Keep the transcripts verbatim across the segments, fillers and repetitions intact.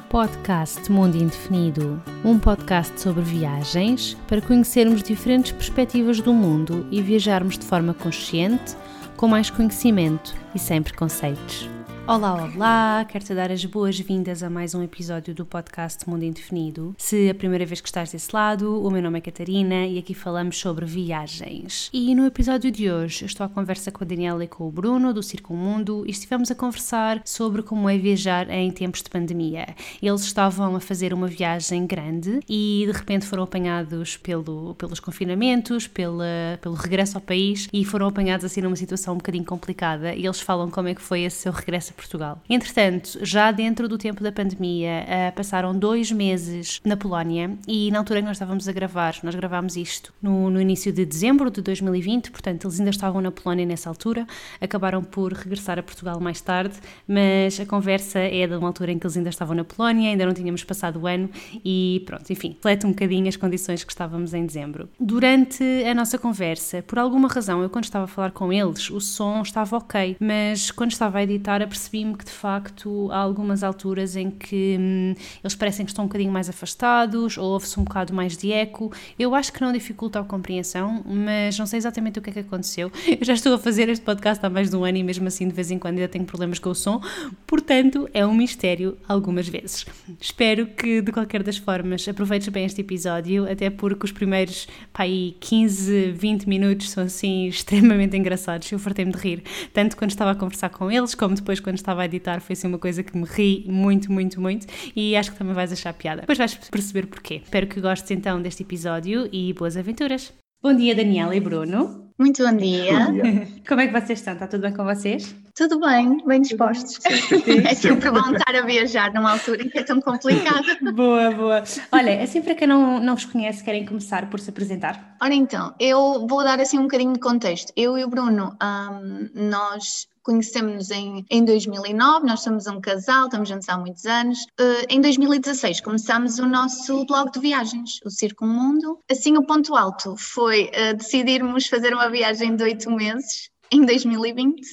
Podcast Mundo Indefinido, um podcast sobre viagens para conhecermos diferentes perspectivas do mundo e viajarmos de forma consciente, com mais conhecimento e sem preconceitos. Olá, olá! Quero-te dar as boas-vindas a mais um episódio do podcast Mundo Indefinido. Se é a primeira vez que estás desse lado, o meu nome é Catarina e aqui falamos sobre viagens. E no episódio de hoje eu estou à conversa com a Daniela e com o Bruno do Círculo Mundo e estivemos a conversar sobre como é viajar em tempos de pandemia. Eles estavam a fazer uma viagem grande e de repente foram apanhados pelo, pelos confinamentos, pela, pelo regresso ao país e foram apanhados assim numa situação um bocadinho complicada e eles falam como é que foi esse seu regresso a Portugal. Entretanto, já dentro do tempo da pandemia, uh, passaram dois meses na Polónia e na altura que nós estávamos a gravar, nós gravámos isto no, no início de dezembro de dois mil e vinte, portanto eles ainda estavam na Polónia nessa altura, acabaram por regressar a Portugal mais tarde, mas a conversa é de uma altura em que eles ainda estavam na Polónia, ainda não tínhamos passado o ano e pronto, enfim, reflete um bocadinho as condições que estávamos em dezembro. Durante a nossa conversa, por alguma razão, eu quando estava a falar com eles, o som estava ok, mas quando estava a editar, a percebi-me que de facto há algumas alturas em que hum, eles parecem que estão um bocadinho mais afastados ou ouve-se um bocado mais de eco. Eu acho que não dificulta a compreensão, mas não sei exatamente o que é que aconteceu. Eu já estou a fazer este podcast há mais de um ano e mesmo assim de vez em quando ainda tenho problemas com o som, portanto é um mistério algumas vezes. Espero que de qualquer das formas aproveites bem este episódio, até porque os primeiros pá, aí quinze, vinte minutos são assim extremamente engraçados. Eu fartei-me de rir, tanto quando estava a conversar com eles como depois quando estava a editar, foi assim uma coisa que me ri muito, muito, muito e acho que também vais achar piada. Depois vais perceber porquê. Espero que gostes então deste episódio e boas aventuras. Bom dia, Daniela e Bruno. Muito bom dia. Bom dia. Como é que vocês estão? Está tudo bem com vocês? Tudo bem, bem dispostos. Sim. É sempre bom estar a viajar numa altura em que é tão complicado. Boa, boa. Olha, assim para quem não, não vos conhece, querem começar por se apresentar? Ora então, eu vou dar assim um bocadinho de contexto. Eu e o Bruno, um, nós conhecemos-nos em, em dois mil e nove, nós somos um casal, estamos juntos há muitos anos. Uh, em dois mil e dezasseis começámos o nosso blog de viagens, o Círculo Mundo. Assim, o ponto alto foi uh, decidirmos fazer uma viagem de oito meses em dois mil e vinte.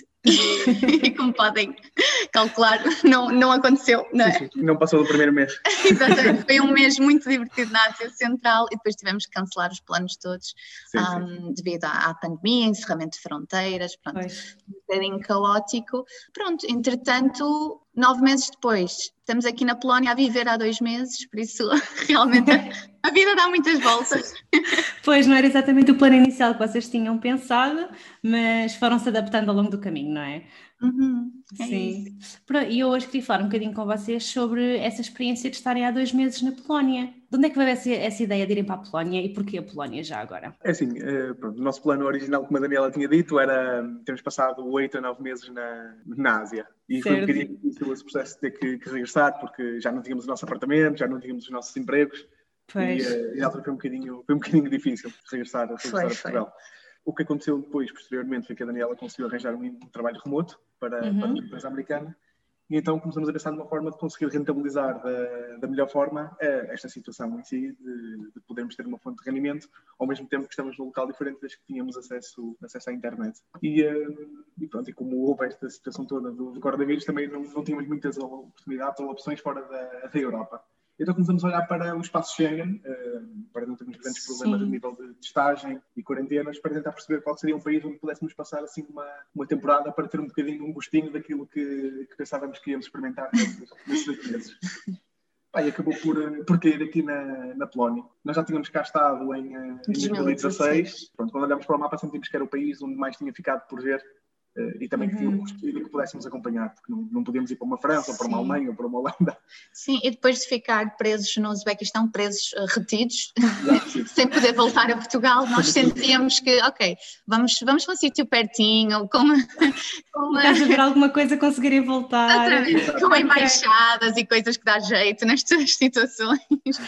E como podem calcular, não, não aconteceu, não é? Sim, sim, não passou do primeiro mês. Exatamente, foi um mês muito divertido na Ásia Central e depois tivemos que cancelar os planos todos Sim, um, sim. devido à, à pandemia, encerramento de fronteiras, pronto, Pois. um bocadinho caótico. Pronto, entretanto, nove meses depois, estamos aqui na Polónia a viver há dois meses, por isso realmente a vida dá muitas voltas. Pois, não era exatamente o plano inicial que vocês tinham pensado, mas foram-se adaptando ao longo do caminho, não é? Uhum, é Sim. isso. E eu hoje queria falar um bocadinho com vocês sobre essa experiência de estarem há dois meses na Polónia. De onde é que veio essa, essa ideia de irem para a Polónia e porquê a Polónia já agora? É assim, eh, pronto, o nosso plano original, como a Daniela tinha dito, era termos passado oito a nove meses na, na Ásia. E foi um Certo. bocadinho difícil esse processo de ter que, que regressar, porque já não tínhamos o nosso apartamento, já não tínhamos os nossos empregos. Pois. E, eh, e na altura foi um bocadinho, foi um bocadinho difícil regressar, regressar Foi, a foi. Portugal. O que aconteceu depois, posteriormente, foi que a Daniela conseguiu arranjar um, um trabalho remoto para, Uhum. para uma empresa americana. E então começamos a pensar numa forma de conseguir rentabilizar da, da melhor forma eh, esta situação em si, de, de podermos ter uma fonte de rendimento, ao mesmo tempo que estamos num local diferente desde que tínhamos acesso, acesso à internet. E, eh, e pronto, e como houve esta situação toda do, do coronavírus, também não, não tínhamos muitas oportunidades ou opções fora da, da Europa. Então começamos a olhar para o espaço Schengen, uh, para não termos grandes problemas Sim. a nível de testagem e quarentenas, para tentar perceber qual seria um país onde pudéssemos passar assim uma, uma temporada para ter um bocadinho um gostinho daquilo que, que pensávamos que íamos experimentar nesses, nesses oito meses. Pá, e acabou por, por cair aqui na, na Polónia. Nós já tínhamos cá estado em, em dois mil e dezasseis. Pronto, quando olhámos para o mapa sentimos que era o país onde mais tinha ficado por ver. Uh, e também que tinha um custo que pudéssemos acompanhar, porque não, não podíamos ir para uma França, ou para uma Sim. Alemanha, ou para uma Holanda. Sim, e depois de ficar presos no Uzbequistão, presos uh, retidos, Já, sim. sem poder voltar a Portugal, nós sentíamos que, ok, vamos, vamos para um sítio pertinho, com, com, No caso de haver alguma coisa, conseguirem voltar. com embaixadas e coisas que dá jeito nestas situações.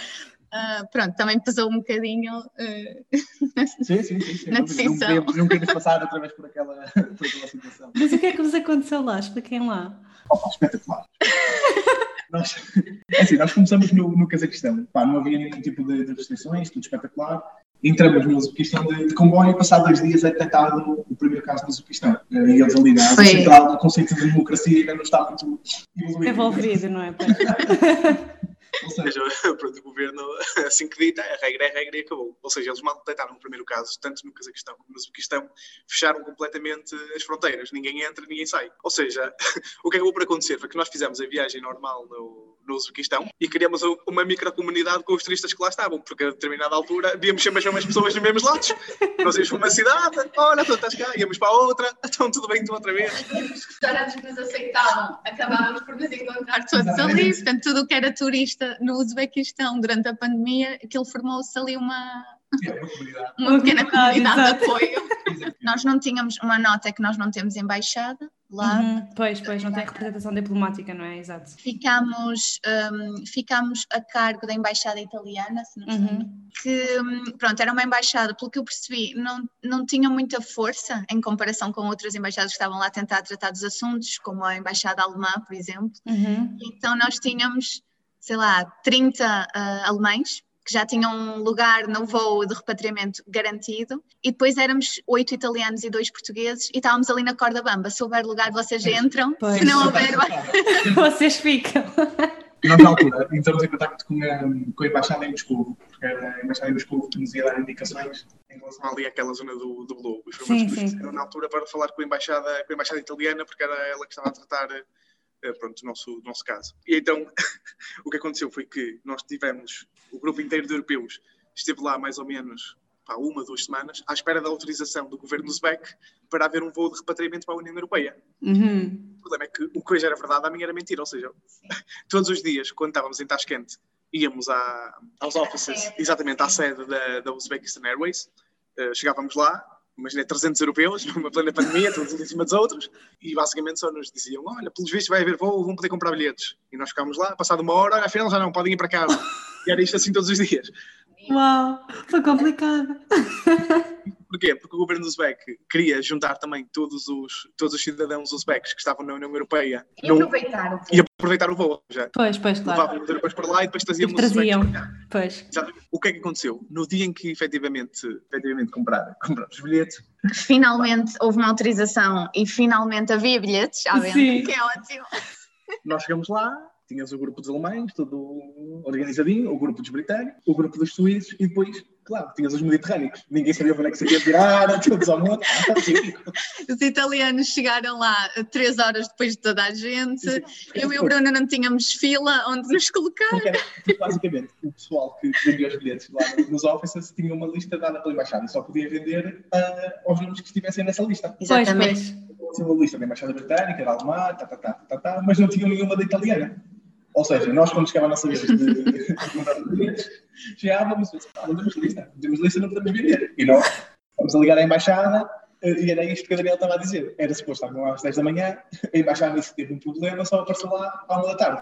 Uh, pronto, também pesou um bocadinho uh, Sim, sim, sim, sim. na Não, decisão. não, queríamos, não queríamos passar outra vez por aquela, por aquela situação. Mas o que é que vos aconteceu lá? Expliquem lá. Opa, espetacular. nós, é assim, nós começamos no, no Cazaquistão. Pá, não havia nenhum tipo de, de restrições, tudo espetacular. Entramos no Uzbequistão de, de comboio e passado dois dias é detectado o primeiro caso do Uzbequistão. E eles ali na Foi. central, o conceito de democracia ainda não está muito evoluído. Envolvido, não é? Ou seja, pronto, o governo, assim que dita, a regra é a regra e acabou. Ou seja, eles mal detectaram no primeiro caso, tanto no Cazaquistão como no Uzbequistão, fecharam completamente as fronteiras. Ninguém entra, ninguém sai. Ou seja, o que acabou por acontecer foi que nós fizemos a viagem normal no, no Uzbequistão e criamos uma microcomunidade com os turistas que lá estavam, porque a determinada altura víamos sempre as mesmas pessoas nos mesmos lados. Nós íamos para uma cidade, olha, tu estás cá, íamos para a outra, então tudo bem, tu outra vez. Os restaurantes que nos aceitavam, acabávamos por nos encontrar todos ali, portanto, tudo o que era turista no Uzbequistão durante a pandemia, aquilo formou-se ali uma, uma pequena comunidade de apoio. Nós não tínhamos, uma nota é que nós não temos embaixada lá. Uhum. Pois, pois, não tem representação diplomática, não é? Exato. Ficámos, um, ficámos a cargo da embaixada italiana, se não me engano, uhum. que, pronto, era uma embaixada, pelo que eu percebi, não, não tinha muita força em comparação com outras embaixadas que estavam lá a tentar tratar dos assuntos, como a embaixada alemã, por exemplo. Uhum. Então nós tínhamos, sei lá, trinta uh, alemães, que já tinham um lugar no voo de repatriamento garantido, e depois éramos oito italianos e dois portugueses, e estávamos ali na corda bamba. Se houver lugar, vocês entram, pois. Se não houver... vocês ficam. Nós, na altura, entramos em contacto com a, com a embaixada em Moscou, porque era a embaixada em Moscou que nos ia dar indicações em relação ali àquela zona do, do globo. Sim, sim. Na altura, para falar com a, embaixada, com a embaixada italiana, porque era ela que estava a tratar... pronto, o nosso, o nosso caso. E então, o que aconteceu foi que nós tivemos, o grupo inteiro de europeus esteve lá mais ou menos pá, uma, duas semanas, à espera da autorização do governo uzbeque para haver um voo de repatriamento para a União Europeia. Uhum. O problema é que o que hoje era verdade, a minha era mentira, ou seja, todos os dias, quando estávamos em Tashkent, íamos à, aos offices, exatamente à sede da, da Uzbekistan Airways, uh, chegávamos lá, imaginei trezentos europeus, numa plena pandemia, todos uns em cima dos outros, e basicamente só nos diziam, olha, pelos vistos vai haver voo, vão poder comprar bilhetes. E nós ficámos lá, passado uma hora, afinal já não, podem ir para casa. E era isto assim todos os dias. Uau, foi complicado. Porquê? Porque o governo uzbeque queria juntar também todos os, todos os cidadãos uzbeques que estavam na União Europeia. E não, aproveitar o voo. E aproveitar o voo, já. Pois, pois, claro. Levavam os europeus para lá e depois traziam os traziam, pois. Exatamente. O que é que aconteceu? No dia em que efetivamente, efetivamente compraram, compraram os bilhetes... Finalmente houve uma autorização e finalmente havia bilhetes, já vendo, que é ótimo. Nós chegamos lá, tínhamos o grupo dos alemães, tudo organizadinho, o grupo dos britânicos, o grupo dos suíços e depois, claro, tinhas os mediterrâneos. Ninguém sabia para onde é que se ia virar, todos ao mundo. Os italianos chegaram lá três horas depois de toda a gente. Sim, sim. Eu e o Bruno não tínhamos fila onde nos colocar. Porque era, basicamente, o pessoal que vendia os bilhetes lá nos offices tinha uma lista dada pela embaixada e só podia vender uh, aos nomes que estivessem nessa lista. Exatamente. Tinha uma lista da embaixada britânica, da alemã, tá, tá, tá, tá, tá, mas não tinha nenhuma da italiana. Ou seja, nós quando chegava a nossa vez de comprar os bilhetes, chegávamos e disse, ah, não temos lista, não temos lista, não podemos vender. E nós fomos a ligar à embaixada e era isto que a Daniela estava a dizer. Era suposto estar às dez da manhã, a embaixada disse que teve um problema, só apareceu lá à uma da tarde.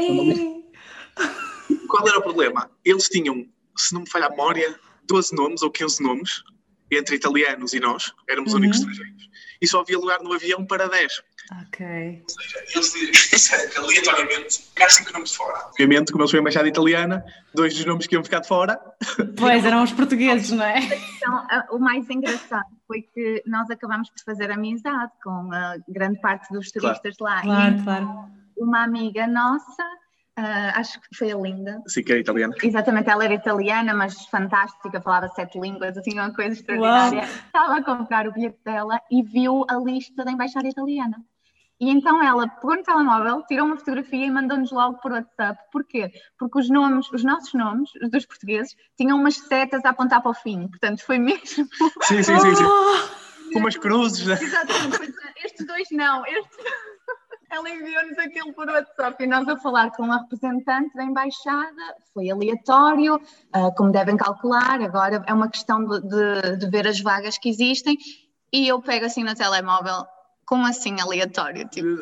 Qual era o problema? Eles tinham, se não me falha a memória, doze nomes ou quinze nomes, entre italianos e nós, éramos uhum. únicos estrangeiros, e só havia lugar no avião para dez. Ok. Ou seja, eles disseram que aleatoriamente ficar cinco nomes de fora. Obviamente, como eles são a embaixada italiana, dois dos nomes que iam ficar de fora. Pois, eram os portugueses, não é? Então, o mais engraçado foi que nós acabámos por fazer amizade com a grande parte dos turistas claro. lá. Claro, e claro. Uma amiga nossa, uh, acho que foi a Linda. Sim, que era italiana. Exatamente, ela era italiana, mas fantástica, falava sete línguas, assim, uma coisa extraordinária. Uau. Estava a comprar o bilhete dela e viu a lista da embaixada italiana. E então ela pegou no telemóvel, tirou uma fotografia e mandou-nos logo por WhatsApp. Porquê? Porque os nomes, os nossos nomes, os dos portugueses, tinham umas setas a apontar para o fim. Portanto, foi mesmo... Sim, sim, sim. sim. Oh! Com umas cruzes. Exatamente. Estes dois não. Este... Ela enviou-nos aquilo por WhatsApp e nós a falar com a representante da embaixada. Foi aleatório, uh, como devem calcular. Agora é uma questão de, de, de ver as vagas que existem. E eu pego assim no telemóvel... Como assim aleatório? Tipo?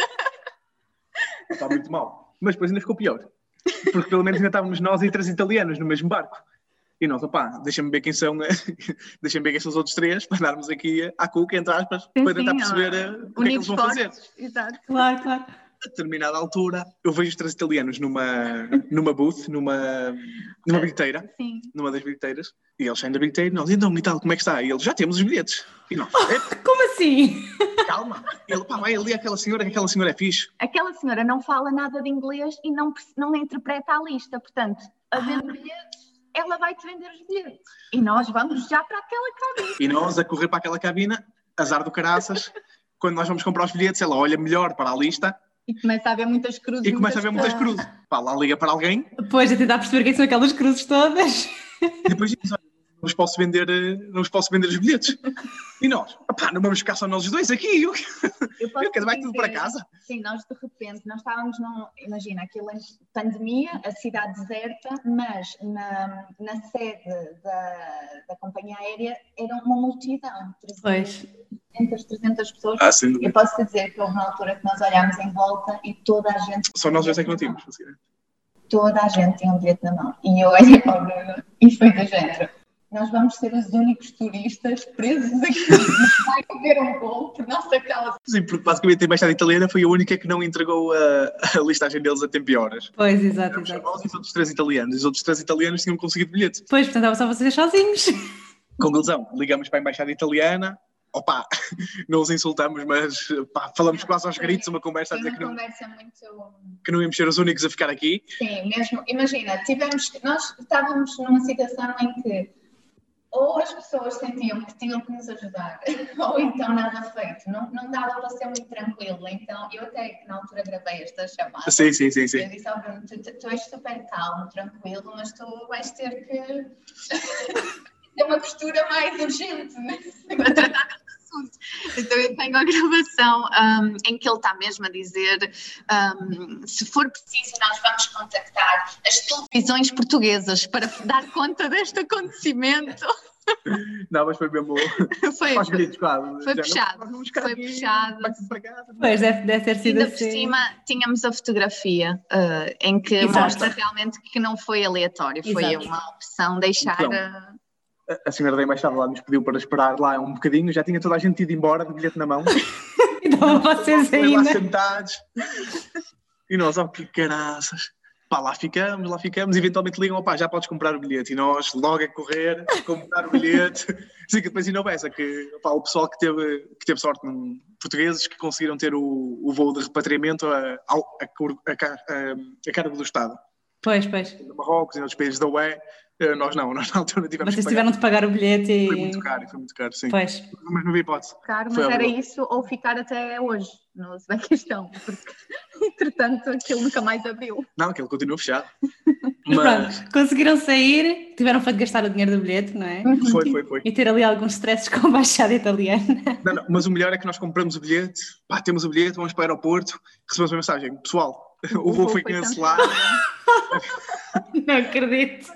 Está muito mal. Mas depois ainda ficou pior. Porque pelo menos ainda estávamos nós e três italianos no mesmo barco. E nós, opá, deixa-me ver quem são, deixa-me ver quem são os outros três, para darmos aqui à cuca, entre aspas, sim, para tentar sim, perceber ó, o que é que eles vão fazer. Exato. Claro, claro. A determinada altura, eu vejo os três italianos numa, numa booth, numa, numa bilheteira, sim. numa das bilheteiras, e eles saem da bilheteira e nós, então, e tal, como é que está? E eles, já temos os bilhetes. E nós, oh, como assim? Calma. calma. Ele, pá, vai ali aquela senhora, que aquela senhora é fixe. Aquela senhora não fala nada de inglês e não, não interpreta a lista, portanto, a vender bilhetes, ela vai-te vender os bilhetes. E nós vamos já para aquela cabine. E nós a correr para aquela cabina, azar do caraças, quando nós vamos comprar os bilhetes, ela olha melhor para a lista. E começa a ver muitas cruzes. E começa a ver muitas cruzes. Pá, lá liga para alguém. Depois a tentar perceber quem são aquelas cruzes todas. E depois diz, olha, não vos posso vender, não vos posso vender os bilhetes. E nós, pá, não vamos ficar só nós os dois aqui. Eu, eu, eu quero vai tudo para casa. Sim, nós de repente, nós estávamos num, imagina, aquilo em pandemia, a cidade deserta, mas na, na sede da, da companhia aérea era uma multidão. Pois. trezentas, trezentas pessoas. Ah, sim. Eu posso dizer que houve uma altura que nós olhámos em volta e toda a gente... Só nós dois é que não tínhamos. Toda a gente tinha um bilhete na mão. E eu olhei para o Bruno e foi do género. Nós vamos ser os únicos turistas presos aqui. Vai haver um voo por nossa causa. Sim, porque basicamente a embaixada italiana foi a única que não entregou a, a listagem deles a tempo e horas. Pois, exato, exato. exato. Nós e os outros três italianos. Os outros três italianos tinham conseguido bilhete. Pois, portanto, estavam só vocês sozinhos. Conclusão, ligamos para a embaixada italiana. Opa, não os insultamos, mas pá, falamos quase aos gritos, uma conversa a dizer que não, muito... que não íamos ser os únicos a ficar aqui. Sim, mesmo, imagina, tivemos, nós estávamos numa situação em que ou as pessoas sentiam que tinham que nos ajudar, ou então nada feito, não, não dava para ser muito tranquilo, então eu até na altura gravei esta chamada. Sim, sim, sim, sim. Eu disse ao Bruno, tu, tu, tu és super calmo, tranquilo, mas tu vais ter que ter uma postura mais urgente, né? Para tratar desse assunto. Então eu tenho a gravação um, em que ele está mesmo a dizer um, se for preciso nós vamos contactar as televisões portuguesas para dar conta deste acontecimento. Não, mas foi mesmo... Foi, Faz gritos, quase. foi puxado, não, foi puxado. Pois, deve, deve ter sido Ainda assim. por cima tínhamos a fotografia uh, em que Exato. mostra realmente que não foi aleatório, foi Exato. uma opção deixar... Então, uh, a senhora da embaixada lá nos pediu para esperar lá um bocadinho, já tinha toda a gente ido embora, de bilhete na mão. Então vocês Foi lá ainda. sentados. E nós, ó, que caraças. Pá, lá ficamos, lá ficamos, eventualmente ligam, opá, já podes comprar o bilhete. E nós, logo a correr, comprar o bilhete. Sim, que depois ainda houve essa, que opá, o pessoal que teve, que teve sorte, um, portugueses, que conseguiram ter o, o voo de repatriamento a, a, a, a, a cargo do Estado. Pois, pois. No Marrocos e nos países da U E, nós não, nós na altura tivemos Vocês que tiveram pagar. de pagar o bilhete e... Foi muito caro, foi muito caro, sim. Pois. Mas não havia hipótese. Caro, Foi mas era horrível. isso ou ficar até hoje no Uzbequistão, porque entretanto aquilo nunca mais abriu. Não, aquele continua fechado. Mas Mas pronto, conseguiram sair, tiveram feito gastar o dinheiro do bilhete, não é? foi, foi, foi. E ter ali alguns stresses com a embaixada italiana. Não, não, mas o melhor é que nós compramos o bilhete, pá, temos o bilhete, vamos para o aeroporto, recebemos uma mensagem, pessoal, o, O voo voo foi foi cancelado, Não acredito.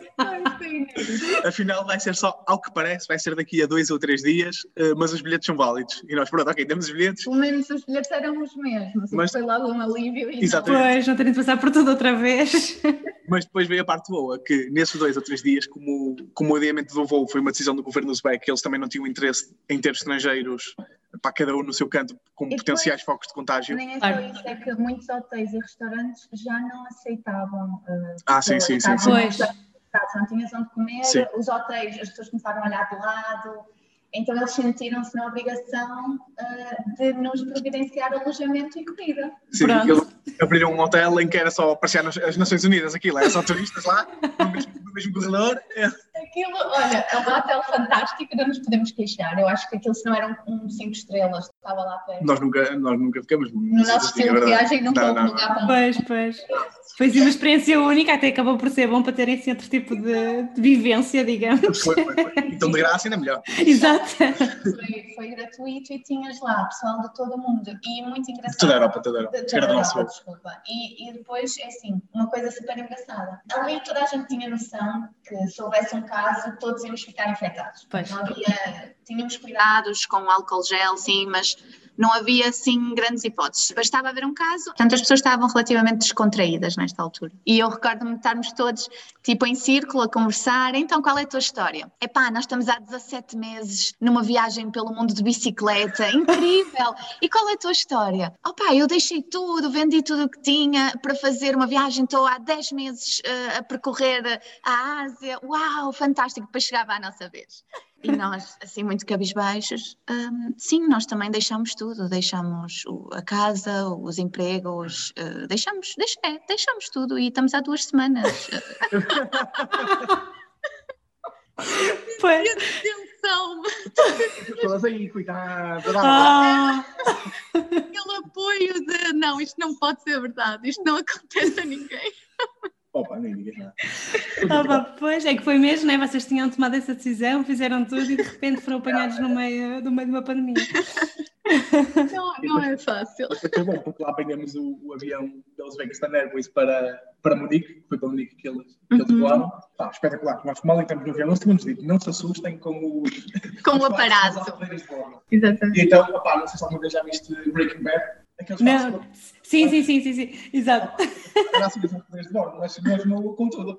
afinal vai ser só, ao que parece, vai ser daqui a dois ou três dias, uh, mas os bilhetes são válidos. E nós, pronto, ok, temos os bilhetes. Pelo menos os bilhetes eram os mesmos, Mas- foi logo um alívio. E Exatamente. Pois, não terem de passar por tudo outra vez. Mas depois veio a parte boa, que nesses dois ou três dias, como, como o adiamento do voo foi uma decisão do governo uzbeco, eles também não tinham interesse em ter estrangeiros, para cada um no seu canto, com E depois- potenciais focos de contágio. Nem é só Claro. isso, é que muitos hotéis e restaurantes já não aceitavam. Uh, Ah, sim, sim, sim, sim. Pois. Não tinhas onde comer, Sim. os hotéis, as pessoas começaram a olhar de lado, então eles sentiram-se na obrigação uh, de nos providenciar alojamento e comida. Sim, Pronto. eles abriram um hotel em que era só aparecer nas as Nações Unidas, aquilo, era só turistas lá, no mesmo, no mesmo corredor. É. Aquilo, olha, é um hotel fantástico, não nos podemos queixar. Eu acho que aquilo, se não era um, um cinco estrelas, estava lá perto. Nós nunca, nós nunca ficamos. No nosso estilo de viagem, nunca houve lugar para um. Pois, pois. Foi assim uma experiência única, até acabou por ser bom para terem assim outro tipo de, de vivência, digamos. Foi, foi, foi. Então de graça ainda melhor. Exato. Foi, foi gratuito e tinhas lá pessoal de todo o mundo. E muito engraçado. Toda a Europa, toda a Europa. De toda Era a do nosso Europa, voo. desculpa. E, e depois, é assim, uma coisa super engraçada. Ali toda a gente tinha noção que se houvesse um caso, todos íamos ficar infectados. Pois. Não havia, tínhamos cuidados com álcool gel, sim, mas não havia, assim, grandes hipóteses. Bastava haver um caso. Portanto, as pessoas estavam relativamente descontraídas nesta altura. E eu recordo-me de estarmos todos, tipo, em círculo, a conversar. Então, qual é a tua história? Epá, nós estamos há dezassete meses numa viagem pelo mundo de bicicleta. Incrível! E qual é a tua história? Opá, eu deixei tudo, vendi tudo o que tinha para fazer uma viagem. Estou há dez meses uh, a percorrer a Ásia. Uau, fantástico! Depois chegava a nossa vez. E nós, assim, muito cabisbaixos, hum, sim, nós também deixamos tudo, deixamos o, a casa, os empregos, uh, deixamos, deix, é, deixamos tudo e estamos há duas semanas. Pois. Atenção! As pessoas aí, cuidado. Ah. Aquele apoio de, não, isto não pode ser verdade, isto não acontece a ninguém. Opa, nem digas nada. Ah, pá, pois, é que foi mesmo, né? Vocês tinham tomado essa decisão, fizeram tudo e de repente foram apanhados no meio, no meio de uma pandemia. Não, não é fácil. Mas foi bom, porque lá apanhamos o, o avião da Uzbekistan Airways para, para Munique, que foi para Munique que eles, que eles voaram. Pá, espetacular. Nós, como ali estamos no avião, nós tínhamos dito, não se assustem com, os, com o aparato. Exatamente. E então, opá, não sei se alguma vez já viste Breaking Bad. Não. Sim, sim, sim, sim, sim, exato. Era assim, os poderes de bordo, mas mesmo com tudo.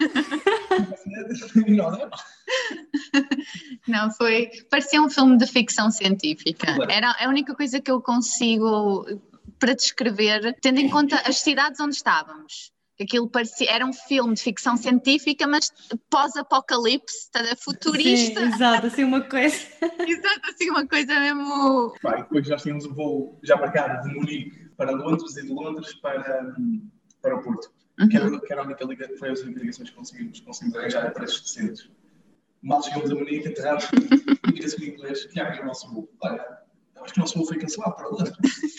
Não, foi. Parecia um filme de ficção científica. Era a única coisa que eu consigo para descrever, tendo em conta as cidades onde estávamos. Aquilo parecia, era um filme de ficção científica, mas pós-apocalipse, futurista. Sim, exato, assim uma coisa. Exato, assim uma coisa mesmo. Pá, e depois nós tínhamos o voo já marcado de Munique para Londres e de Londres para, para o Porto, uhum. que, era, que era a única liga, foi as únicas ligações que conseguimos, conseguimos arranjar a preços decentes. Mal chegamos a Munique, aterramos e diz-se em inglês que há o nosso voo. Olha, acho que o nosso voo foi cancelado para Londres.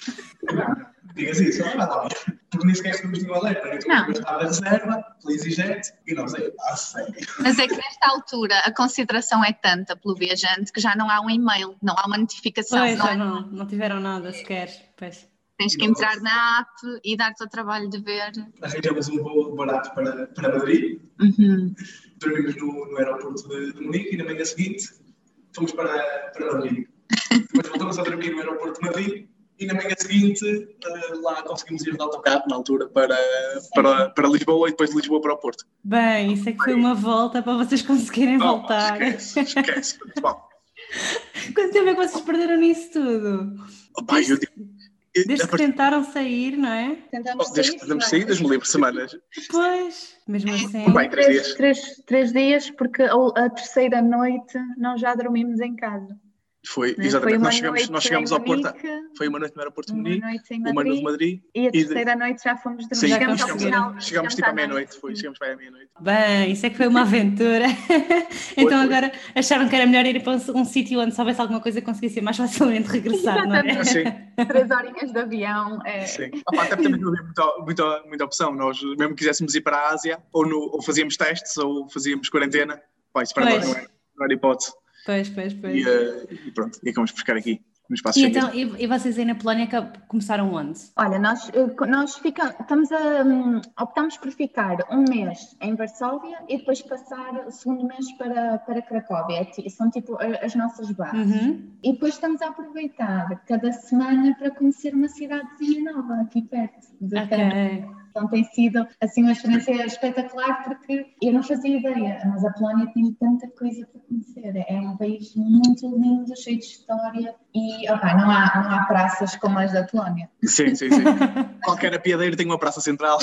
Não, digas isso, não vai lá. Porque nem sequer estamos no alerta, nem estamos na reserva, EasyJet, e nós aí, ah, sério. Mas é que nesta altura a consideração é tanta pelo viajante que já não há um e-mail, não há uma notificação. Pois, não, é? não, não tiveram nada sequer, pois. Tens que entrar na app e dar-te o trabalho de ver. Arranjamos um voo barato para, para Madrid, uhum. dormimos no, no aeroporto de, de Munique e na manhã seguinte fomos para, para Madrid. Depois voltamos a dormir no aeroporto de Madrid e na manhã seguinte uh, lá conseguimos ir de autocarro na altura para, para, para Lisboa e depois de Lisboa para o Porto. Bem, isso é que foi uma volta para vocês conseguirem oh, voltar. Esquece, esquece. Bom. Quanto tempo é que vocês perderam nisso tudo? Oh, pai, desde, eu digo, eu, desde que tentaram sair, não é? Tentamos oh, desde que tentamos sair, das me livre semanas. Pois, mesmo assim. Bem, três, dias. Três, três dias, porque a, a terceira noite nós já dormimos em casa. Foi, né? Exatamente. Foi nós chegamos, nós chegamos ao Porto. Foi uma noite no aeroporto de Munique, uma, uma noite em Madrid. E a terceira e de... noite já fomos dormir. Sim, chegamos, chegamos, final, chegamos tipo à meia-noite. Foi, chegamos para a meia-noite. Bem, isso é que foi uma aventura. Então foi, agora foi. Acharam que era melhor ir para um, um sítio onde se houvesse alguma coisa que conseguisse mais facilmente regressar, exatamente. Não é? Sim. Três horinhas de avião. É... Sim. Opa, até porque também não havia muita, muita, muita opção. Nós, mesmo que quiséssemos ir para a Ásia, ou, no, ou fazíamos testes, ou fazíamos quarentena. Pá, isso para nós não era, não era hipótese. Pois, pois, pois. E, uh, e pronto, e acabamos por ficar aqui no espaço. E, então, e, e vocês aí na Polónia começaram onde? Olha, nós, nós ficamos, estamos a, um, optamos por ficar um mês em Varsóvia e depois passar o segundo mês para, para Cracóvia. São tipo as nossas bases. Uhum. E depois estamos a aproveitar cada semana para conhecer uma cidadezinha nova aqui perto. De ok. Então tem sido assim uma experiência espetacular porque eu não fazia ideia, mas a Polónia tem tanta coisa para conhecer. É um país muito lindo, cheio de história e opa, não, há, não há praças como as da Polónia. Sim, sim, sim. Qualquer apiadeiro tem uma praça central.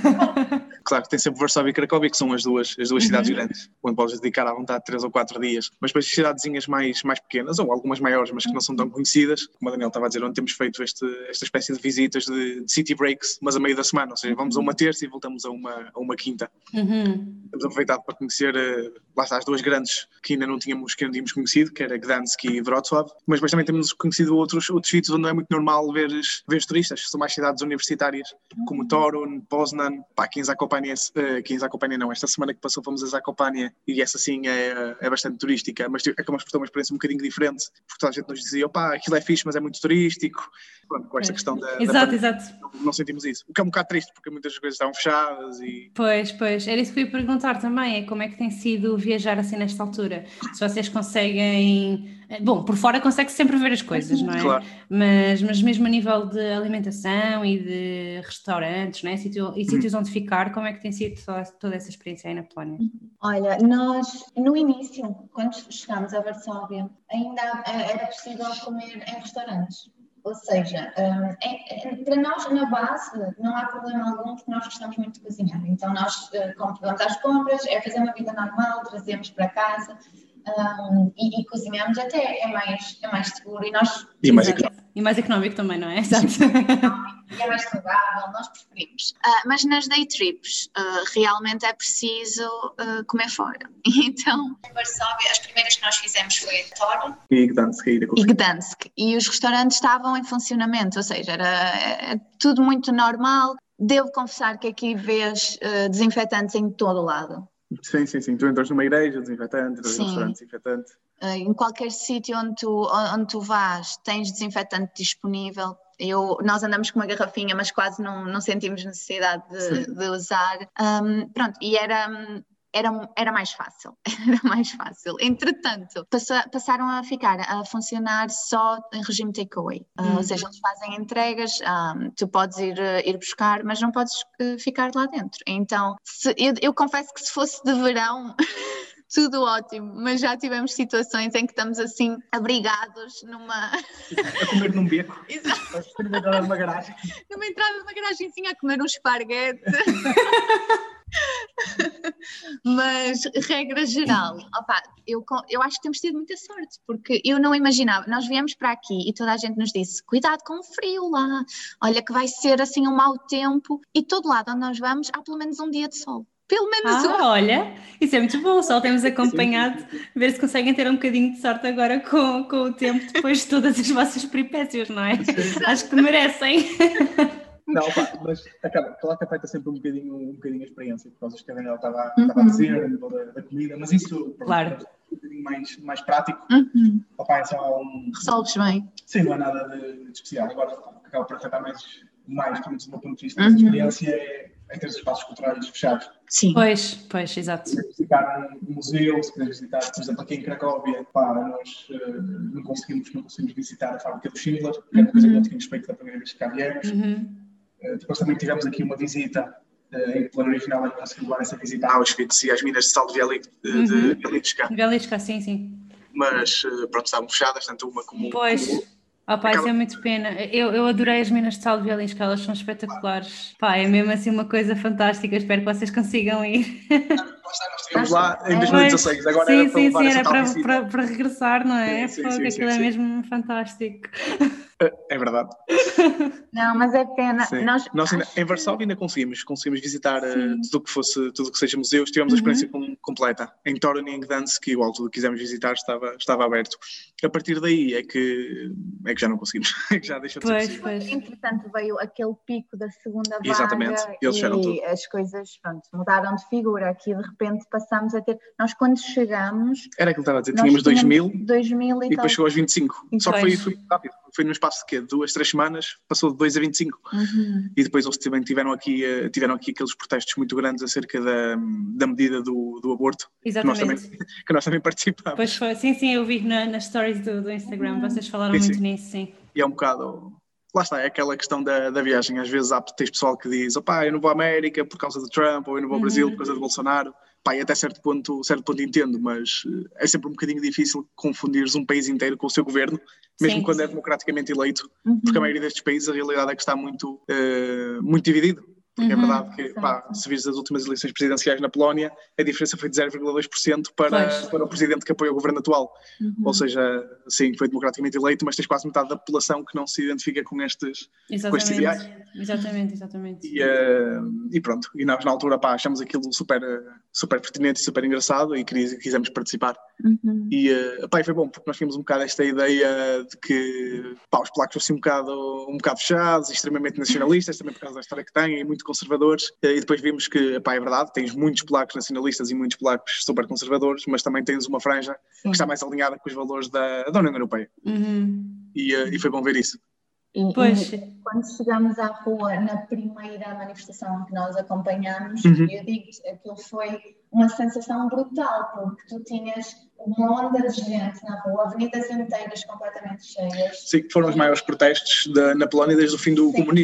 Claro que tem sempre Varsóvia e Cracóvia, que são as duas, as duas uhum. cidades grandes, onde podes dedicar à vontade três ou quatro dias. Mas depois cidadezinhas mais, mais pequenas, ou algumas maiores, mas que não são tão conhecidas, como a Daniel estava a dizer, onde temos feito este, esta espécie de visitas de, de city breaks, mas a meio da semana, ou seja, vamos a uma terça e voltamos a uma, a uma quinta. Uhum. Temos aproveitado para conhecer, uh, lá está, as duas grandes que ainda não tínhamos, que não tínhamos conhecido, que era Gdansk e Wrocław, mas depois também temos conhecido outros, outros sítios onde não é muito normal ver, ver turistas, são mais cidades universitárias, como Torun, Poznan, pá, aqui em Zakopane, uh, aqui em Zakopane não, esta semana que passou fomos a Zakopane e essa sim é, é bastante turística, mas acabamos por ter uma experiência um bocadinho diferente, porque toda a gente nos dizia, opá, aquilo é fixe, mas é muito turístico. Pronto, com esta questão da... Exato, da exato. Não, não sentimos isso. O que é um bocado triste, porque muitas coisas estavam fechadas e... Pois, pois. Era isso que eu ia perguntar também, é como é que tem sido viajar assim nesta altura? Se vocês conseguem... Bom, por fora consegue sempre ver as coisas, não é? Claro. Mas, mas mesmo a nível de alimentação e de restaurantes, não é? Sítio, e sítios hum. onde ficar, como é que tem sido toda, toda essa experiência aí na Polónia? Olha, nós, no início, quando chegámos a Varsóvia, ainda era possível comer em restaurantes. Ou seja, é, é, para nós na base não há problema algum porque nós gostamos muito de cozinhar. Então nós uh, vamos às compras, é fazer uma vida normal, trazemos para casa. um, e, e cozinhamos até é mais, é mais seguro e nós... E mais Exato. económico. E mais económico também, não é? Exato. E é mais saudável, nós preferimos. Uh, mas nas day trips, uh, realmente é preciso uh, comer fora. Então, em Varsóvia, as primeiras que nós fizemos foi Toro E Gdansk, e e Gdansk. E os restaurantes estavam em funcionamento, ou seja, era, era tudo muito normal. Devo confessar que aqui vês uh, desinfetantes em todo o lado. Sim, sim, sim. Tu entras numa igreja, desinfetante, entras num restaurante, desinfetante. Uh, em qualquer sítio onde tu, onde tu vás, tens desinfetante disponível. Eu, nós andamos com uma garrafinha, mas quase não, não sentimos necessidade de, de usar. Um, pronto, e era, era, era mais fácil. Era mais fácil. Entretanto, passa, passaram a ficar a funcionar só em regime takeaway. Uh, Hum. Ou seja, eles fazem entregas, um, tu podes ir, ir buscar, mas não podes uh, ficar lá dentro. Então, se, eu, eu confesso que se fosse de verão... Tudo ótimo, mas já tivemos situações em que estamos assim, abrigados numa... A comer num beco. Exato. A entrar numa garagem. Numa entrada de uma garagenzinha a comer um esparguete. Mas, regra geral, opa, eu, eu acho que temos tido muita sorte, porque eu não imaginava, nós viemos para aqui e toda a gente nos disse, cuidado com o frio lá, olha que vai ser assim um mau tempo, e todo lado onde nós vamos há pelo menos um dia de sol. Pelo menos um. Ah, olha, isso é muito bom, só temos acompanhado, ver se conseguem ter um bocadinho de sorte agora com, com o tempo, depois de todas as vossas peripécias, não é? Acho que merecem. Não, pá, mas acaba, claro que afeta sempre um bocadinho, um bocadinho a experiência, por causa que a Daniela estava, estava a dizer, a nível da, da comida, mas isso, pronto, Claro. é um bocadinho mais, mais prático. Uhum. Opa, é só um... Resolves bem. Sim, não é nada de, de especial. Agora, o que acaba por afetar mais, mais pelo menos do meu ponto de vista, dessa Uhum. experiência é, é ter os espaços culturais fechados. Sim. Pois, pois, exato. Se quiser visitar um museu, se quiser visitar, por exemplo, aqui em Cracóvia, pá, nós uh, não, conseguimos, não conseguimos visitar a fábrica do Schindler, que é uma coisa que não tínhamos feito da primeira vez que cá viemos. Uhum. Uh, depois também tivemos aqui uma visita, uh, em plano original, a conseguimos levar essa visita a Auschwitz e às minas de sal de Bielitska, Belisca, sim, sim. mas uh, pronto, estavam fechadas, tanto uma como... Pois. como... Ah, pá, isso Acaba- é muito pena. Eu, eu adorei as minas de sal de Belisca, elas são espetaculares. Pá, é mesmo assim uma coisa fantástica. Espero que vocês consigam ir. Nós estivemos lá em dois mil e dezasseis, Pois, agora sim, era para sim, levar sim, essa era tal para, visita. para, para regressar, não é? Sim, sim, Fogo, sim, aquilo sim, é sim. mesmo fantástico. É verdade. Não, mas é pena. Sim. Nós, Nós ainda, acho em que- Varsóvia ainda conseguimos, conseguimos visitar uh, Sim. tudo o que fosse, tudo o que seja museus, tivemos a experiência com- completa. Em Torun e em Gdansk, igual tudo o que quisemos visitar estava, estava aberto. A partir daí é que, é que já não conseguimos, é que já deixou de ser Pois, possível. pois. Entretanto, veio aquele pico da segunda vaga. Exatamente, eles fecharam e tudo. as coisas, pronto, mudaram de figura. Aqui, de repente, passamos a ter... Nós, quando chegamos, Era aquilo que estava a dizer, nós tínhamos dois mil dois mil e, e depois tal. chegou aos vinte e cinco. E Só que depois? foi, foi rápido, foi num espaço de quê? Duas, três semanas, passou de dois a vinte e cinco. Uhum. E depois eles também tiveram aqui, eh, tiveram aqui aqueles protestos muito grandes acerca da, da medida do, do aborto, que nós, também, Exatamente. que nós também participámos. Pois foi, sim, sim, eu vi na, nas stories do, do Instagram, vocês falaram Sim, muito sim. nisso, sim. E é um bocado... Lá está, é aquela questão da, da viagem. Às vezes há tens pessoal que diz opá, eu não vou à América por causa do Trump, ou eu não vou ao Brasil Uhum. por causa do Bolsonaro. Pá, e até certo ponto, certo ponto entendo, mas eh, é sempre um bocadinho difícil confundires um país inteiro com o seu governo, mesmo Sim. quando é democraticamente eleito, Uhum. porque a maioria destes países a realidade é que está muito, eh, muito dividido. Porque Uhum. é verdade que, pá, se vires as últimas eleições presidenciais na Polónia, a diferença foi de zero vírgula dois por cento para, Pois. para o presidente que apoia o governo atual. Uhum. Ou seja, sim, foi democraticamente eleito, mas tens quase metade da população que não se identifica com estes, com estes ideais. Exatamente, exatamente, exatamente. E, eh, e pronto, e nós na altura pá, achamos aquilo super, eh, super pertinente e super engraçado e quis- quisemos participar. Uhum. E eh, pá, e foi bom, porque nós tínhamos um bocado esta ideia de que pá, os polacos fossem um bocado, um bocado fechados, extremamente nacionalistas, também por causa da história que têm, e muito conservadores. Eh, E depois vimos que pá, é verdade, tens muitos polacos nacionalistas e muitos polacos super conservadores, mas também tens uma franja Sim. que está mais alinhada com os valores da, da União Europeia. Uhum. E, eh, e foi bom ver isso. E, Pois. e quando chegamos à rua, na primeira manifestação que nós acompanhámos, Uhum. eu digo que aquilo foi uma sensação brutal, porque tu tinhas uma onda de gente na rua, avenidas inteiras completamente cheias. Sim, foram os maiores protestos da, na Polónia desde o fim do Sim. comunismo.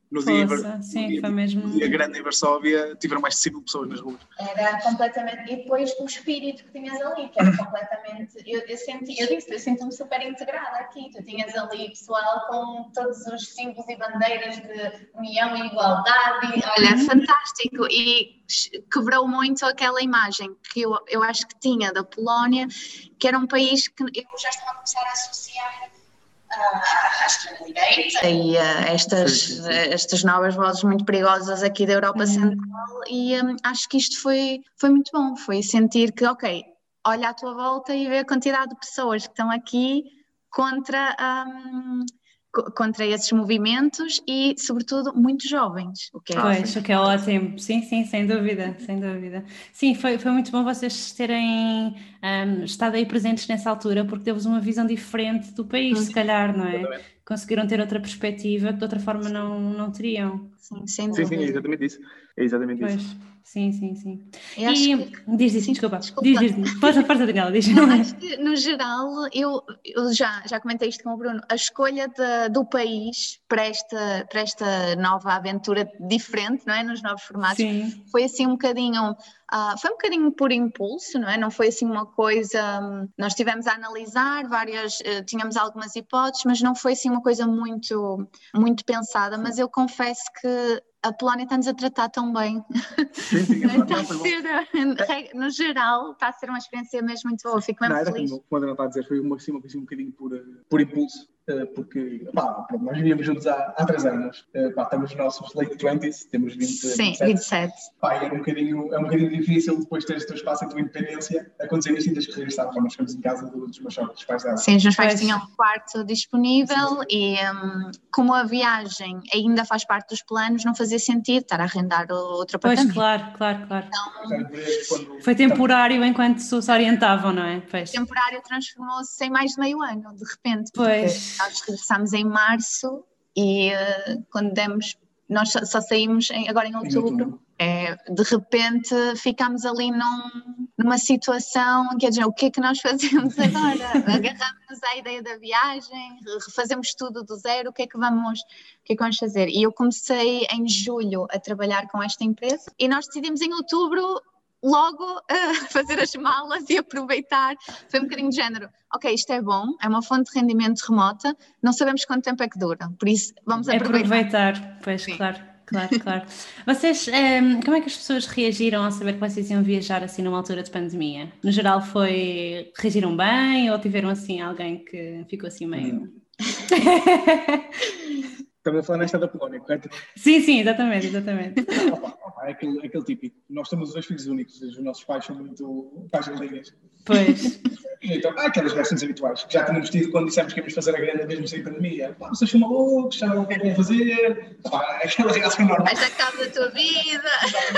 No dia, Força, sim, no dia, foi mesmo. No dia grande em Varsóvia tiveram mais de cem mil pessoas nas ruas. Era completamente. E depois o espírito que tinhas ali, que era completamente. Eu, eu senti, eu disse, eu sinto-me super integrada aqui. Tu tinhas ali pessoal com todos os símbolos e bandeiras de união e igualdade. E, olha, fantástico. E quebrou muito aquela imagem que eu, eu acho que tinha da Polónia, que era um país que eu já estava a começar a associar à extrema-direita e a estas, sim, sim, sim. estas novas vozes muito perigosas aqui da Europa uhum. Central, e um, acho que isto foi, foi muito bom, foi sentir que, ok, olha à tua volta e vê a quantidade de pessoas que estão aqui contra, um, contra esses movimentos e, sobretudo, muito jovens. O que é pois, o que é ótimo. Sim, sim, sem dúvida, sem dúvida. Sim, foi, foi muito bom vocês terem um, estado aí presentes nessa altura, porque deu-vos uma visão diferente do país, hum. se calhar, não é? Conseguiram ter outra perspectiva que de outra forma não, não teriam. Sim, sem sim, sim, é exatamente isso. É exatamente pois. isso. Sim, sim, sim. Eu e que... diz isso, desculpa. desculpa. Diz, diz, força, força, Daniela, diz. Não, acho que, no geral, eu, eu já, já comentei isto com o Bruno, a escolha de, do país para esta, para esta nova aventura diferente, não é? Nos novos formatos, sim. Foi assim um bocadinho, uh, foi um bocadinho por impulso, não é? Não foi assim uma coisa, um, nós estivemos a analisar várias, uh, tínhamos algumas hipóteses, mas não foi assim uma coisa muito, muito pensada, mas eu confesso que a Polónia está-nos a tratar tão bem. Sim, sim, é está a ser, no geral, está a ser uma experiência mesmo muito boa. Fico mesmo não, feliz. Como, como a Ana está a dizer, foi uma, assim, uma coisa um bocadinho por, por impulso, porque pá, nós vivíamos juntos há, há três anos. Pá, estamos nos nossos late twenties, temos vinte, sim, vinte e sete. Pá, é, um bocadinho, é um bocadinho difícil depois teres o teu espaço e a tua independência acontecer isto e tens que regressar. Nós ficamos em casa dos meus dos pais dela. Sim, os meus pais tinham um quarto disponível, sim, e um, como a viagem ainda faz parte dos planos, não fazia sentido estar a arrendar outro apartamento. Pois, claro, claro, claro. Então, quando... Foi temporário enquanto se orientavam, não é? Pois. Temporário transformou-se em mais de meio ano, de repente. Pois. Nós regressámos em março e uh, quando demos, nós só, só saímos em, agora em outubro. É, de repente ficámos ali num, numa situação, quer dizer, o que é que nós fazemos agora? Agarramos-nos à ideia da viagem, refazemos tudo do zero, o que é que vamos, o que é que vamos fazer? E eu comecei em julho a trabalhar com esta empresa e nós decidimos em outubro logo uh, fazer as malas e aproveitar. Foi um bocadinho de género, ok, isto é bom, é uma fonte de rendimento remota, não sabemos quanto tempo é que dura, por isso vamos aproveitar. Aproveitar, pois, sim. claro. Claro, claro. Vocês, um, como é que as pessoas reagiram ao saber que vocês iam viajar assim numa altura de pandemia? No geral foi, reagiram bem ou tiveram assim alguém que ficou assim meio... Estamos a falar nesta da Polónia, correto? Sim, sim, exatamente, exatamente. opa, opa, é, aquele, é aquele típico. Nós somos os dois filhos únicos, os nossos pais são muito pais galinhas. Pois. Então, há aquelas reações habituais que já tínhamos tido quando dissemos que íamos fazer a grande mesmo sem pandemia. Pá, vocês são malucos, já não o que é que vão fazer. Pá, aquela reação normal. Vais a cabo da tua vida.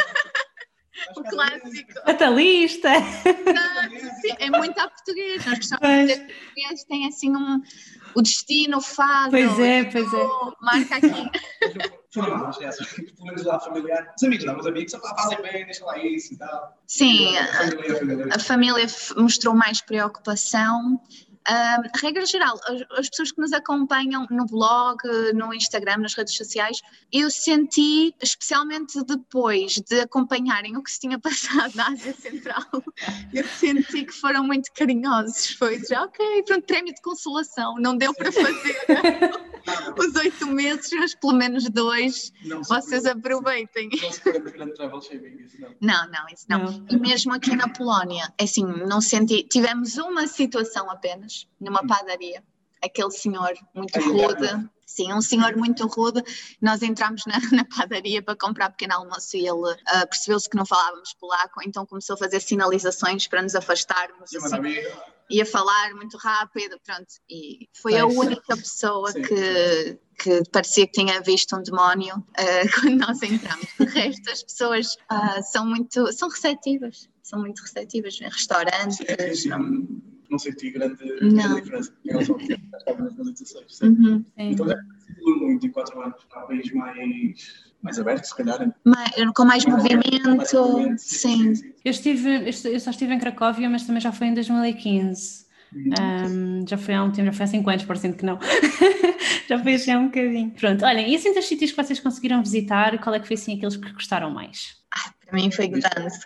O clássico. Fatalista. Sim, é muito ao português. Nós precisamos dizer que os portugueses têm assim um, o destino, o fado. Pois é, pois é. Marca aqui. Foram más reações, pelo menos lá familiar. Os amigos não, os amigos, só fazem bem, deixa lá isso e tal. Sim, a família, a família. a família mostrou mais preocupação. Uh, regra geral, as, as pessoas que nos acompanham no blog, no Instagram, nas redes sociais, eu senti, especialmente depois de acompanharem o que se tinha passado na Ásia Central, eu senti que foram muito carinhosos. Foi dizer, ok, pronto, prémio de consolação, não deu para fazer os oito meses, mas pelo menos dois, não vocês aproveitem. Não se for grande travel shaming, isso não. Não, não, isso não. não. E mesmo aqui na Polónia, assim, não senti, tivemos uma situação apenas, numa padaria, aquele senhor muito rude, sim, um senhor muito rude, nós entramos na, na padaria para comprar pequeno almoço e ele uh, percebeu-se que não falávamos polaco, então começou a fazer sinalizações para nos afastarmos, assim, ia falar muito rápido, pronto, e foi a única pessoa que, que parecia que tinha visto um demónio uh, quando nós entramos. De resto, as pessoas uh, são muito, são receptivas, são muito receptivas em restaurantes. Sim, é, sim, não, não senti grande, grande diferença em relação ao que estava em dois mil e dezasseis. Uhum. Então, é muito em quatro anos, há um país mais... mais aberto, se calhar. Mais, com mais, mais movimento, mais movimento, sim. sim. Eu, estive, eu só estive em Cracóvia, mas também já foi em dois mil e quinze. Um, já foi há um tempo, já foi há cinco anos, parecendo que não. Já foi assim há um bocadinho. Pronto, olhem, e assim dos sítios que vocês conseguiram visitar, qual é que foi assim aqueles que gostaram mais? Para mim foi Gdansk.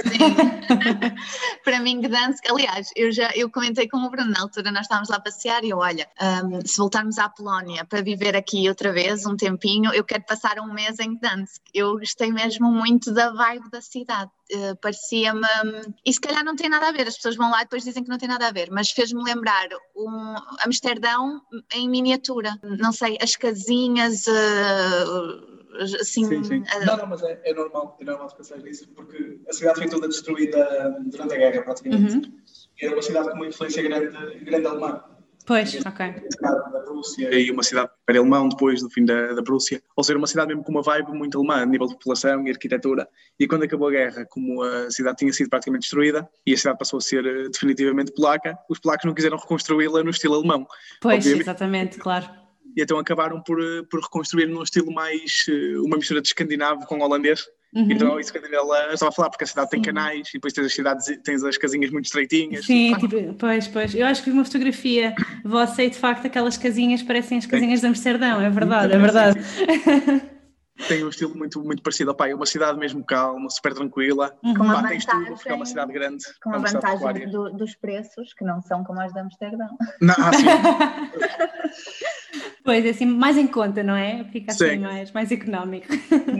Para mim Gdansk, aliás, eu já eu comentei com o Bruno na altura, nós estávamos lá a passear e eu, olha, um, se voltarmos à Polónia para viver aqui outra vez um tempinho, eu quero passar um mês em Gdansk. Eu gostei mesmo muito da vibe da cidade. Uh, parecia-me, e se calhar não tem nada a ver, as pessoas vão lá e depois dizem que não tem nada a ver, mas fez-me lembrar um Amsterdão em miniatura, não sei, as casinhas, uh, assim... Sim, sim. Uh, não, não, mas é, é normal, é normal pensar nisso, porque a cidade foi toda destruída durante a guerra, praticamente. Uhum. Era uma cidade com uma influência grande, grande alemã. Pois, ok. Da Prússia e uma cidade para alemão depois do fim da, da Prússia. Ou seja, uma cidade mesmo com uma vibe muito alemã, a nível de população e arquitetura. E quando acabou a guerra, como a cidade tinha sido praticamente destruída e a cidade passou a ser uh, definitivamente polaca, os polacos não quiseram reconstruí-la no estilo alemão. Pois, obviamente. Exatamente, claro. E então acabaram por, por reconstruir num estilo mais, uma mistura de escandinavo com holandês. Uhum. Então isso que a Daniela estava a falar, porque a cidade Sim. tem canais e depois tens as cidades, tens as casinhas muito estreitinhas. Sim, tipo, pois, pois. Eu acho que vi uma fotografia vossa e de facto aquelas casinhas parecem as casinhas Sim. de Amsterdão, é verdade, é verdade. Tem um estilo muito, muito parecido ao pai, é uma cidade mesmo calma, super tranquila. Com uma Pá, tens tudo, porque é uma cidade grande. Com a é vantagem do, dos preços, que não são como as de Amsterdão. Não, sim. Pois, é assim, mais em conta, não é? Fica assim Sim. mais, mais económico.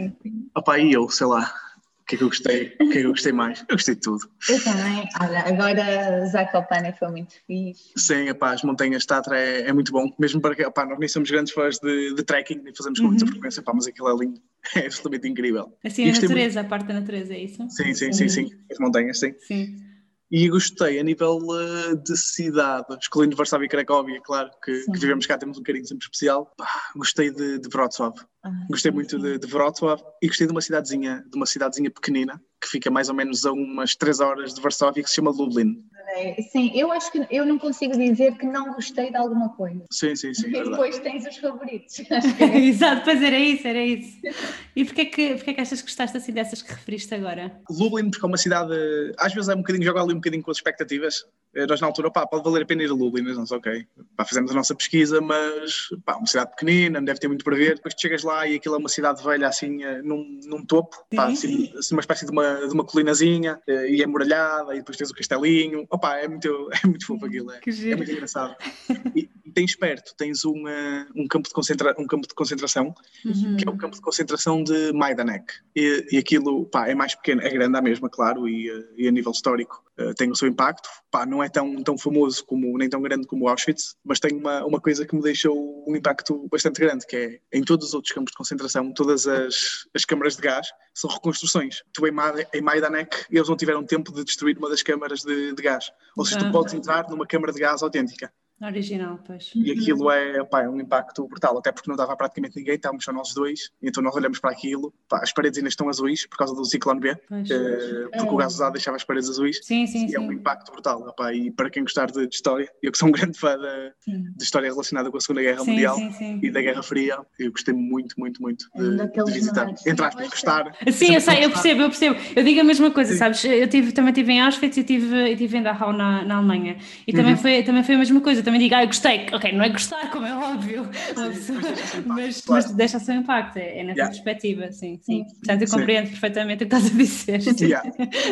Opa, e eu, sei lá, o que é que eu gostei? O que é que eu gostei mais? Eu gostei de tudo. Eu também. Olha, agora Zakopane foi muito fixe. Sim, opá, as montanhas de Tatra é, é muito bom, mesmo para que, opá, nós nem somos grandes fãs de, de trekking, nem fazemos com Uhum. muita frequência, opá, mas aquilo é lindo, é absolutamente incrível. Assim, a natureza, muito... a parte da natureza, é isso? Sim, sim, sim, sim, as montanhas, sim. Sim. E gostei a nível uh, de cidade, escolhendo Varsóvia e Cracóvia, claro, que, que vivemos cá, temos um carinho sempre especial. Pá, gostei de, de Wrocław, ah, gostei sim, muito sim. De, de Wrocław e gostei de uma cidadezinha, de uma cidadezinha pequenina, que fica mais ou menos a umas três horas de Varsóvia, que se chama Lublin. Sim, eu acho que eu não consigo dizer que não gostei de alguma coisa. Sim, sim, sim. E depois tens os favoritos. É. Exato, pois era isso, era isso. E porquê que, porquê que achas que gostaste assim dessas que referiste agora? Lublin, porque é uma cidade, às vezes é um bocadinho, joga ali um bocadinho com as expectativas. Nós na altura, pá, pode valer a pena ir a Lublin, mas não sei, ok. Pá, fizemos a nossa pesquisa, mas, pá, uma cidade pequenina, não deve ter muito para ver. Depois chegas lá e aquilo é uma cidade velha, assim, num, num topo, pá, assim, assim, uma espécie de uma, de uma colinazinha, e é muralhada, e depois tens o castelinho. Opa, é muito, é muito fofo aquilo, é, é muito engraçado. E, e tens perto, tens um, uh, um, campo de concentra, um campo de concentração, uhum. que é o campo de concentração de Majdanek. E, e aquilo, pá, é mais pequeno, é grande à mesma, claro, e, uh, e a nível histórico uh, tem o seu impacto. Pá, não é tão, tão famoso, como, nem tão grande como Auschwitz, mas tem uma, uma coisa que me deixou um impacto bastante grande, que é, em todos os outros campos de concentração, todas as, as câmaras de gás são reconstruções. Tu em, Ma, em Majdanek, eles não tiveram tempo de destruir uma das câmaras de, de gás. Ou seja, tu podes entrar numa câmara de gás autêntica. Original, pois. E aquilo é, pá, é um impacto brutal, até porque não dava praticamente ninguém, estávamos só nós dois, e então nós olhamos para aquilo, pá, as paredes ainda estão azuis por causa do ciclone B, pois, eh, porque é. o gás usado deixava as paredes azuis, sim, sim, e sim. é um impacto brutal, pá, e para quem gostar de, de história, eu que sou um grande fã de, de história relacionada com a Segunda Guerra sim, Mundial sim, sim. e da Guerra Fria, eu gostei muito, muito, muito de, de visitar. Entre aspas, gostar. Sim, eu sei, eu percebo, eu percebo. Eu digo a mesma coisa, sim. Sabes? Eu tive, também estive em Auschwitz e tive, tive em Dachau na, na Alemanha, e também, uhum. foi, também foi a mesma coisa, eu também digo, ah, eu gostei. Ok, não é gostar, como é óbvio, sim, mas, claro. Mas deixa o seu impacto, é, é nessa yeah. perspectiva, sim, sim. Portanto, eu compreendo sim. perfeitamente o que estás a dizer. Yeah.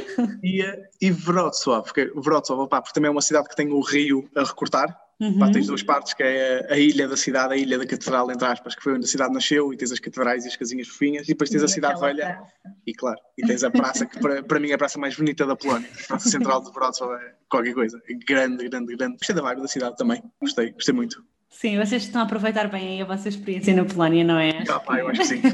E, e Wrocław, porque Wrocław, opá, porque também é uma cidade que tem o rio a recortar. Uhum. Pá, tens duas partes, que é a, a ilha da cidade, a ilha da catedral, entre aspas, que foi onde a cidade nasceu, e tens as catedrais e as casinhas fofinhas, e depois tens e a cidade velha, praça. E claro, e tens a praça, que para, para mim é a praça mais bonita da Polónia, a praça central de Wrocław é qualquer coisa, é grande, grande, grande. Gostei da vibe da cidade também, gostei, gostei muito. Sim, vocês estão a aproveitar bem aí a vossa experiência na Polónia, não é? Ah, pá, eu acho que sim.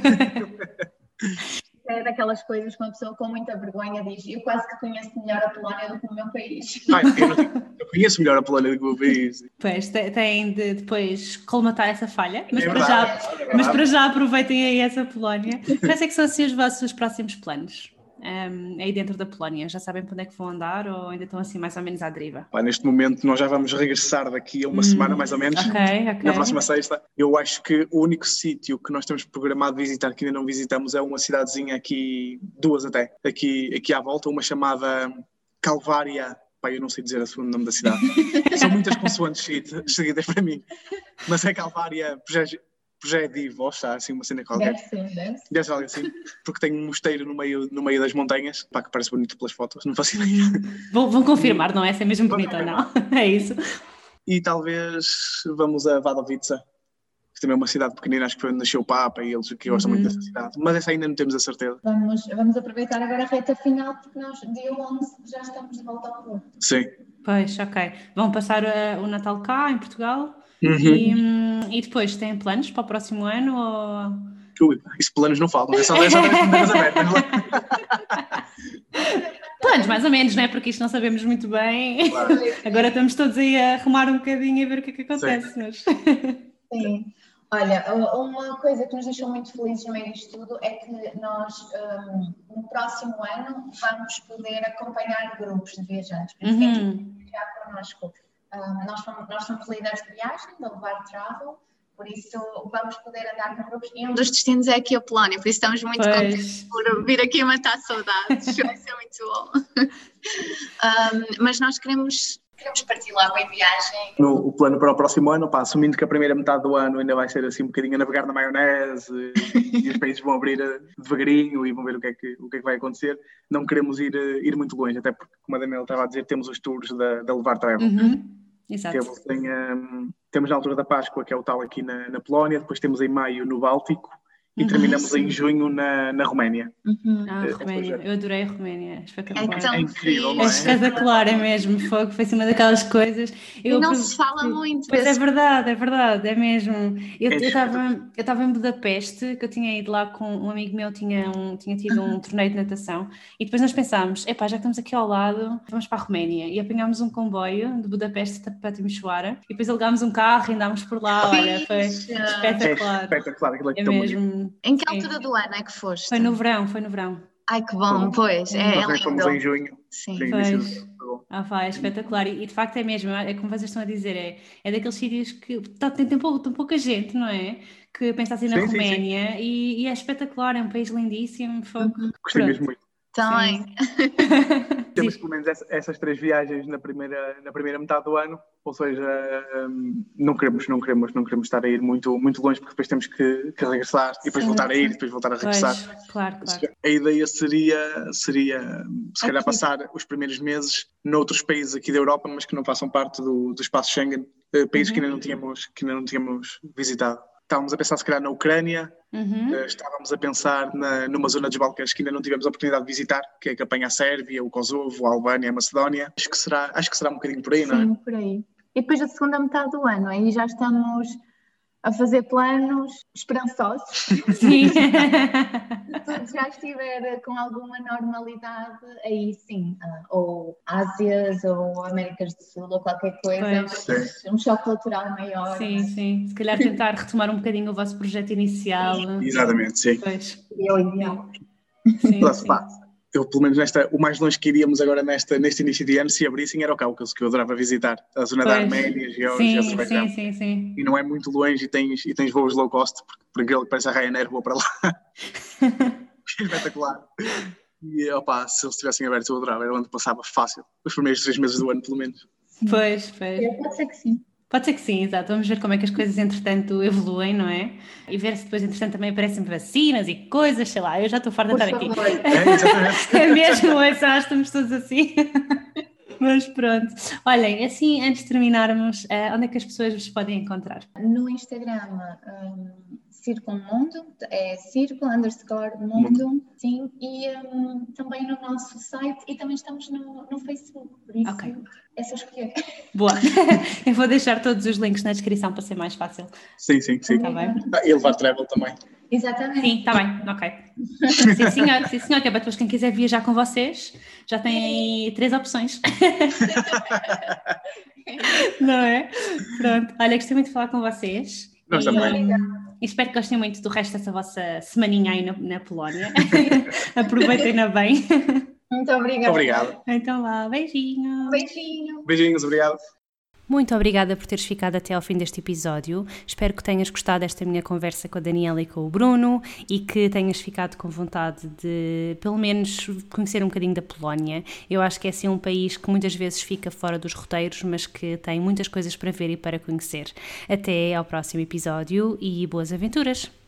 É daquelas coisas que uma pessoa com muita vergonha diz, eu quase que conheço melhor a Polónia do que o meu país. Ah, eu, não, eu conheço melhor a Polónia do que o meu país. Pois, têm de depois colmatar essa falha, mas, é para, verdade, já, é mas para já aproveitem aí essa Polónia. Quais é que são assim, os vossos próximos planos? Um, aí dentro da Polónia, já sabem para onde é que vão andar ou ainda estão assim mais ou menos à deriva? Pá, neste momento nós já vamos regressar daqui a uma hum, semana mais ou menos, okay, okay. na próxima sexta. Eu acho que o único sítio que nós temos programado visitar que ainda não visitamos é uma cidadezinha aqui, duas até, aqui, aqui à volta, uma chamada Calvária Pai, eu não sei dizer a segundo nome da cidade. São muitas consoantes seguidas para mim. Mas é Calvária Pregedivo, ou está assim uma cena qualquer. Deve ser, deve ser. Deve ser algo assim. Porque tem um mosteiro no meio, no meio das montanhas. Pá, que parece bonito pelas fotos, não faço ideia. Vão, vão confirmar, não é? Se é mesmo bonito ou não. É isso. E talvez vamos a Wadowice, que também é uma cidade pequenina, acho que foi onde nasceu o Papa e eles que gostam uhum. muito dessa cidade. Mas essa ainda não temos a certeza. Vamos, vamos aproveitar agora a reta final, porque nós, dia onze, já estamos de volta ao Porto. Sim. Pois, ok. Vão passar uh, o Natal cá, em Portugal? Uhum. E, um, e depois, têm planos para o próximo ano? Ou... Ui, isso planos não falam, é só dez fronteiras abertas. Planos, mais ou menos, não é? Porque isto não sabemos muito bem. Claro. Agora estamos todos aí a arrumar um bocadinho e a ver o que é que acontece. Sim. Mas... Sim. Olha, uma coisa que nos deixou muito felizes no meio disto tudo é que nós, um, no próximo ano, vamos poder acompanhar grupos de viajantes. Por isso, uhum. quem quiser viajar connosco. Um, nós, somos, nós somos líderes de viagem, da Levar Travel, por isso vamos poder andar com grupos. E um dos destinos é aqui a Polónia, por isso estamos muito pois. contentes por vir aqui matar saudades. Vai ser muito bom. Um, mas nós queremos... Queremos partir logo em viagem. No, o plano para o próximo ano, pá, assumindo que a primeira metade do ano ainda vai ser assim um bocadinho a navegar na maionese e os países vão abrir devagarinho e vão ver o que é que, o que, é que vai acontecer, não queremos ir, ir muito longe, até porque, como a Daniela estava a dizer, temos os tours da, da Levar Travel. Uhum. Exato. Temos, tem, um, temos na altura da Páscoa, que é o tal aqui na, na Polónia, depois temos em maio no Báltico, e terminamos uhum, em junho na, na Roménia. Uhum. Ah, é, Roménia. Eu adorei a Roménia. É espetacular. É, tão é incrível, não é? É espetacular, é mesmo. Fogo, foi uma daquelas coisas. Eu, e não se fala muito. Pois é verdade, é verdade, é mesmo. Eu estava eu estava em Budapeste, que eu tinha ido lá com um amigo meu, tinha, um, tinha tido um torneio de natação, e depois nós pensámos, epá, já que estamos aqui ao lado, vamos para a Roménia. E apanhámos um comboio de Budapeste para Timișoara, e depois alugámos um carro e andámos por lá. Olha, foi espetacular. É espetacular, aquilo é, é mesmo. Em que altura do ano é que foste? Foi no verão, foi no verão. Ai, que bom, pois, é, é lindo. Fomos em junho. Sim. Sim, pois. Ah, vai, é espetacular. E, e de facto é mesmo, é como vocês estão a dizer, é, é daqueles sítios que tá, tem, tem, pouca, tem pouca gente, não é? Que pensa assim na sim, Roménia sim, sim. E, e é espetacular, é um país lindíssimo. Foi... Uhum. Gostei mesmo muito. Também. Temos pelo menos essa, essas três viagens na primeira, na primeira metade do ano, ou seja, um, não queremos, não queremos, não queremos estar a ir muito, muito longe, porque depois temos que, que regressar e depois sim, voltar sim. a ir e depois voltar a regressar. Pois, claro, claro. A ideia seria, seria se calhar, aqui. passar os primeiros meses noutros países aqui da Europa, mas que não façam parte do, do espaço Schengen, países uhum. que, ainda não tínhamos, que ainda não tínhamos visitado. Estávamos a pensar, se calhar, na Ucrânia, uhum. estávamos a pensar na, numa zona dos Balcãs que ainda não tivemos a oportunidade de visitar, que é que apanha a Sérvia, o Kosovo, a Albânia, a Macedónia. Acho que será, acho que será um bocadinho por aí, não é? Sim, por aí. E depois da segunda metade do ano, aí já estamos a fazer planos esperançosos. Sim. Se tudo já estiver com alguma normalidade, aí sim, ou Ásias, ou Américas do Sul, ou qualquer coisa, mas um choque cultural maior. Sim, sim. Se calhar tentar retomar um bocadinho o vosso projeto inicial. Sim. Exatamente, sim. Pois. É o ideal. Sim, sim. Eu, pelo menos, nesta, o mais longe que iríamos agora nesta, neste início de ano, se abrissem, era o Cáucaso, que eu adorava visitar. A zona pois. da Arménia, Geórgia, Azerbaijão. Sim, sim, sim. E não é muito longe e tens, e tens voos low cost, porque por aquilo que parece a Ryanair, vou para lá. Espetacular. E, opá, se eles tivessem aberto, eu adorava. Era onde passava fácil. Os primeiros três meses do ano, pelo menos. Pois, pois. Pode ser que sim. Pode ser que sim, exato. Vamos ver como é que as coisas, entretanto, evoluem, não é? E ver se depois, entretanto, também aparecem vacinas e coisas, sei lá. Eu já estou farta de estar aqui. É, é mesmo, é só, estamos todos assim. Mas pronto. Olhem, assim, antes de terminarmos, uh, onde é que as pessoas vos podem encontrar? No Instagram, um, Círculo Mundo, é Círculo underscore Mundo, sim, e um, também no nosso site e também estamos no, no Facebook, por isso okay. é só escolher. Boa. Eu vou deixar todos os links na descrição para ser mais fácil. Sim, sim, sim. Está bem? Ah, e Levar Travel também. Exatamente. Sim, está bem, ok. Sim, senhor, sim, senhor, que é para depois quem quiser viajar com vocês, já tem aí três opções. Não é? Pronto, olha, gostei muito de falar com vocês. Nós também. E espero que gostem muito do resto dessa vossa semaninha aí na, na Polónia. Aproveitem-na bem. Muito obrigada. Obrigado. Então lá, beijinhos. Beijinho. Beijinhos, obrigado. Muito obrigada por teres ficado até ao fim deste episódio. Espero que tenhas gostado desta minha conversa com a Daniela e com o Bruno e que tenhas ficado com vontade de, pelo menos, conhecer um bocadinho da Polónia. Eu acho que é assim um país que muitas vezes fica fora dos roteiros, mas que tem muitas coisas para ver e para conhecer. Até ao próximo episódio e boas aventuras!